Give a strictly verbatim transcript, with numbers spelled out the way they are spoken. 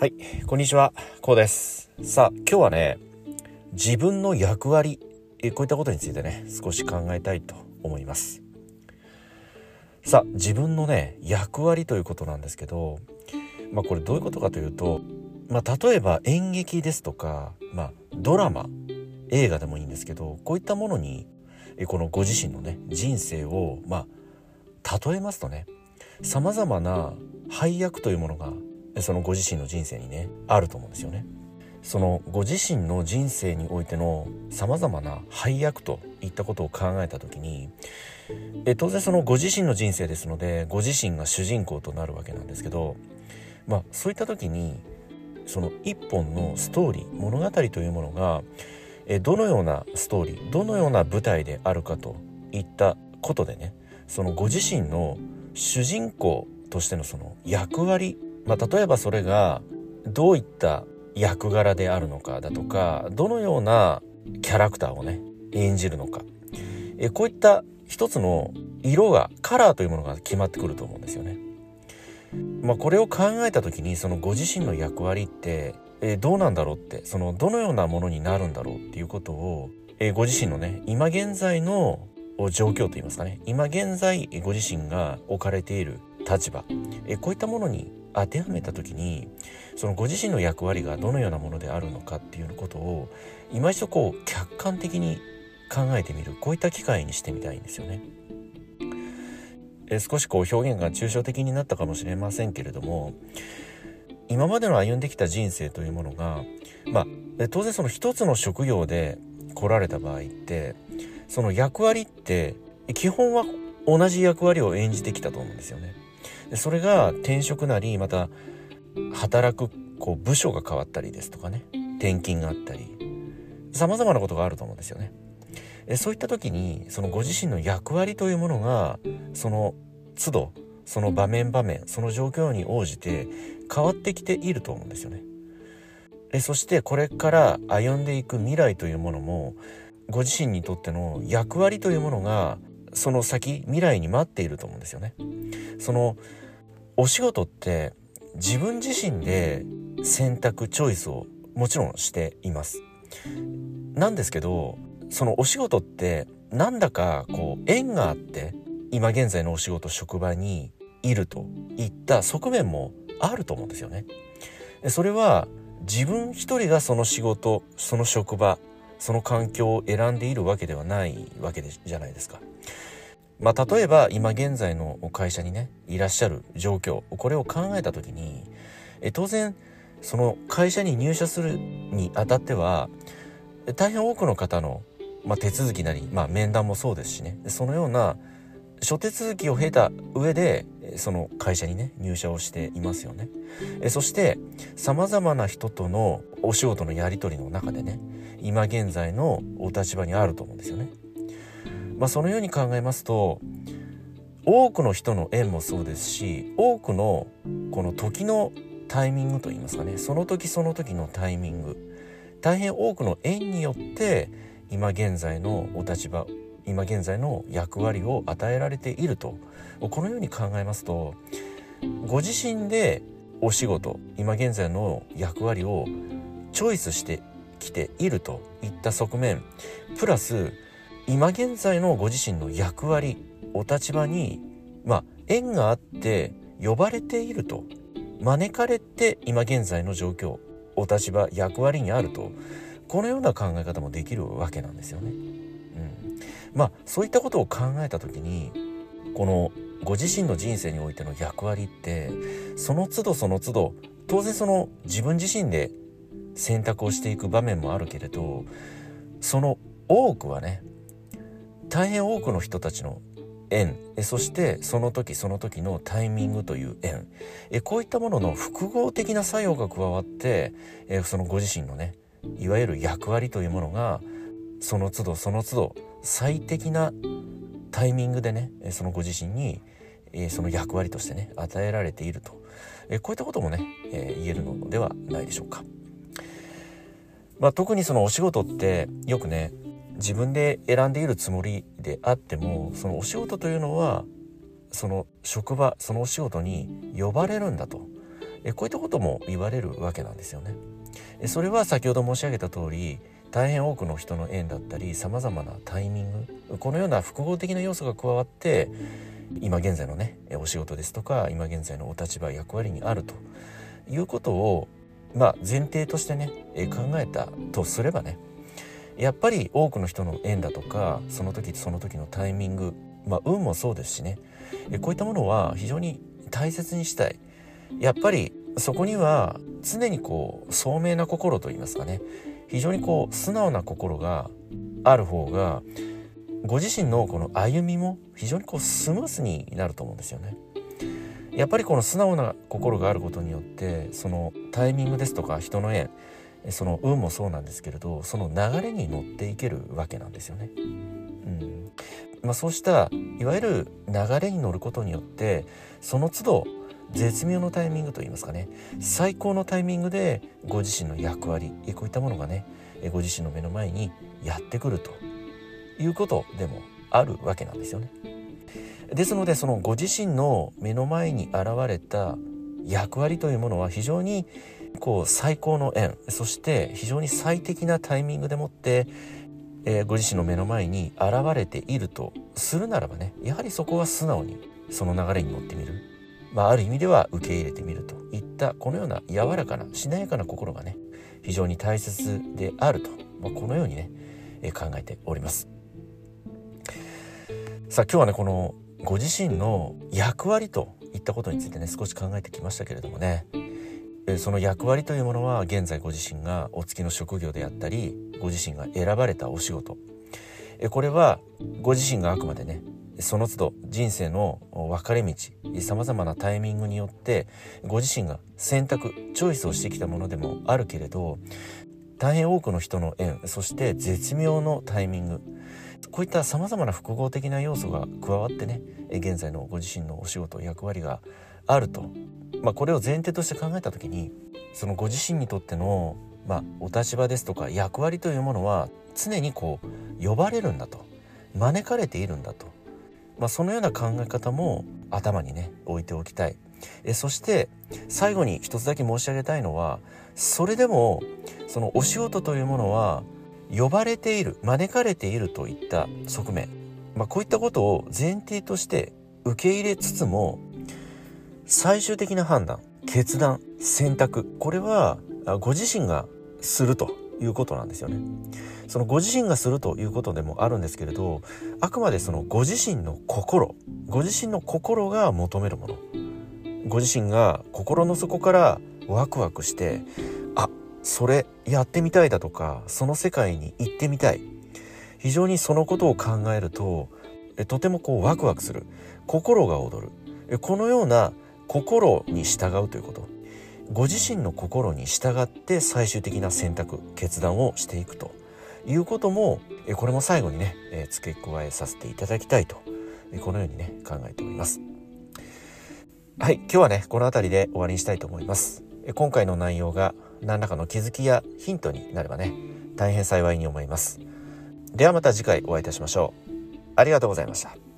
はい、こんにちは、こうです。さあ、今日はね、自分の役割、えこういったことについてね、少し考えたいと思います。さあ、自分のね、役割ということなんですけど、まあこれどういうことかというと、まあ例えば演劇ですとか、まあドラマ、映画でもいいんですけど、こういったものに、えこのご自身のね、人生を、まあ例えますとね、様々な配役というものがそのご自身の人生にねあると思うんですよね。そのご自身の人生においての様々な配役といったことを考えたときに、え当然そのご自身の人生ですので、ご自身が主人公となるわけなんですけど、まあそういった時にその一本のストーリー、物語というものがえどのようなストーリー、どのような舞台であるかといったことでね、そのご自身の主人公としてのその役割、まあ、例えばそれがどういった役柄であるのかだとか、どのようなキャラクターをね演じるのか、えこういった一つの色が、カラーというものが決まってくると思うんですよね。まあ、これを考えた時に、そのご自身の役割ってえどうなんだろうって、そのどのようなものになるんだろうっていうことを、えご自身のね今現在の状況といいますかね、今現在ご自身が置かれている立場、えこういったものに当てはめた時に、そのご自身の役割がどのようなものであるのかっていうことを今一度こう客観的に考えてみる、こういった機会にしてみたいんですよね。え少しこう表現が抽象的になったかもしれませんけれども、今までの歩んできた人生というものが、まあ当然その一つの職業で来られた場合って、その役割って基本は同じ役割を演じてきたと思うんですよね。でそれが転職なり、また働くこう部署が変わったりですとかね、転勤があったり、様々なことがあると思うんですよね。でそういった時にそのご自身の役割というものが、その都度、その場面場面、その状況に応じて変わってきていると思うんですよね。でそしてこれから歩んでいく未来というものも、ご自身にとっての役割というものがその先、未来に待っていると思うんですよね。そのお仕事って自分自身で選択、チョイスをもちろんしています。なんですけど、そのお仕事ってなんだかこう縁があって今現在のお仕事、職場にいるといった側面もあると思うんですよね。それは自分一人がその仕事、その職場、その環境を選んでいるわけではないわけでじゃないですか。まあ例えば今現在の会社にねいらっしゃる状況、これを考えた時に、え当然その会社に入社するにあたっては大変多くの方の、まあ、手続きなり、まあ、面談もそうですしね、そのような諸手続きを経た上でその会社にね入社をしていますよね。えそして様々な人とのお仕事のやり取りの中でね、今現在のお立場にあると思うんですよね。まあそのように考えますと、多くの人の縁もそうですし、多くのこの時のタイミングといいますかね、その時その時のタイミング、大変多くの縁によって今現在のお立場、今現在の役割を与えられていると、このように考えますと、ご自身でお仕事、今現在の役割をチョイスしてきているといった側面、プラス今現在のご自身の役割、お立場にまあ縁があって呼ばれていると、招かれて今現在の状況、お立場、役割にあると、このような考え方もできるわけなんですよね。うん、まあそういったことを考えた時に、このご自身の人生においての役割ってその都度その都度、当然その自分自身で選択をしていく場面もあるけれど、その多くはね、大変多くの人たちの縁、そしてその時その時のタイミングという縁、えこういったものの複合的な作用が加わって、えそのご自身のねいわゆる役割というものがその都度その都度最適なタイミングでね、そのご自身にその役割としてね与えられていると、こういったこともね言えるのではないでしょうか。まあ、特にそのお仕事ってよくね、自分で選んでいるつもりであっても、そのお仕事というのはその職場、そのお仕事に呼ばれるんだと、 えこういったことも言われるわけなんですよね。えそれは先ほど申し上げた通り、大変多くの人の縁だったり、さまざまなタイミング、このような複合的な要素が加わって今現在のねお仕事ですとか、今現在のお立場役割にあるということを、まあ、前提としてね考えたとすればね、やっぱり多くの人の縁だとか、その時その時のタイミング、まあ、運もそうですしね、こういったものは非常に大切にしたい。やっぱりそこには常にこう聡明な心といいますかね、非常にこう素直な心がある方が、ご自身のこの歩みも非常にこうスムースになると思うんですよね。やっぱりこの素直な心があることによって、そのタイミングですとか人の縁、その運もそうなんですけれど、その流れに乗っていけるわけなんですよね。うんまあ、そうしたいわゆる流れに乗ることによって、その都度絶妙のタイミングといいますかね、最高のタイミングでご自身の役割、こういったものがねご自身の目の前にやってくるということでもあるわけなんですよね。ですので、そのご自身の目の前に現れた役割というものは非常にこう最高の縁、そして非常に最適なタイミングでもって、えー、ご自身の目の前に現れているとするならばね、やはりそこは素直にその流れに乗ってみる、まあ、ある意味では受け入れてみるといったこのような柔らかなしなやかな心がね非常に大切であると、まあ、このようにね、えー、考えております。さあ今日はね、このご自身の役割といったことについてね少し考えてきましたけれどもね、その役割というものは現在ご自身がお付きの職業であったり、ご自身が選ばれたお仕事、これはご自身があくまでねその都度人生の分かれ道、さまざまなタイミングによってご自身が選択チョイスをしてきたものでもあるけれど、大変多くの人の縁、そして絶妙のタイミング、こういったさまざまな複合的な要素が加わってね現在のご自身のお仕事役割があると、まあ、これを前提として考えた時に、そのご自身にとっての、まあ、お立場ですとか役割というものは常にこう呼ばれるんだと、招かれているんだと、まあ、そのような考え方も頭にね置いておきたい。えそして最後に一つだけ申し上げたいのは、それでもそのお仕事というものは呼ばれている、招かれているといった側面、まあ、こういったことを前提として受け入れつつも、最終的な判断、決断、選択、これはご自身がするということなんですよね。そのご自身がするということでもあるんですけれど、あくまでそのご自身の心、ご自身の心が求めるもの、ご自身が心の底からワクワクして、あ、それやってみたいだとか、その世界に行ってみたい、非常にそのことを考えるととてもこうワクワクする、心が躍る、このような心に従うということ、ご自身の心に従って最終的な選択決断をしていくということも、これも最後にね付け加えさせていただきたいと、このようにね考えております。はい、今日はねこの辺りで終わりにしたいと思います。今回の内容が何らかの気づきやヒントになればね大変幸いに思います。ではまた次回お会いいたしましょう。ありがとうございました。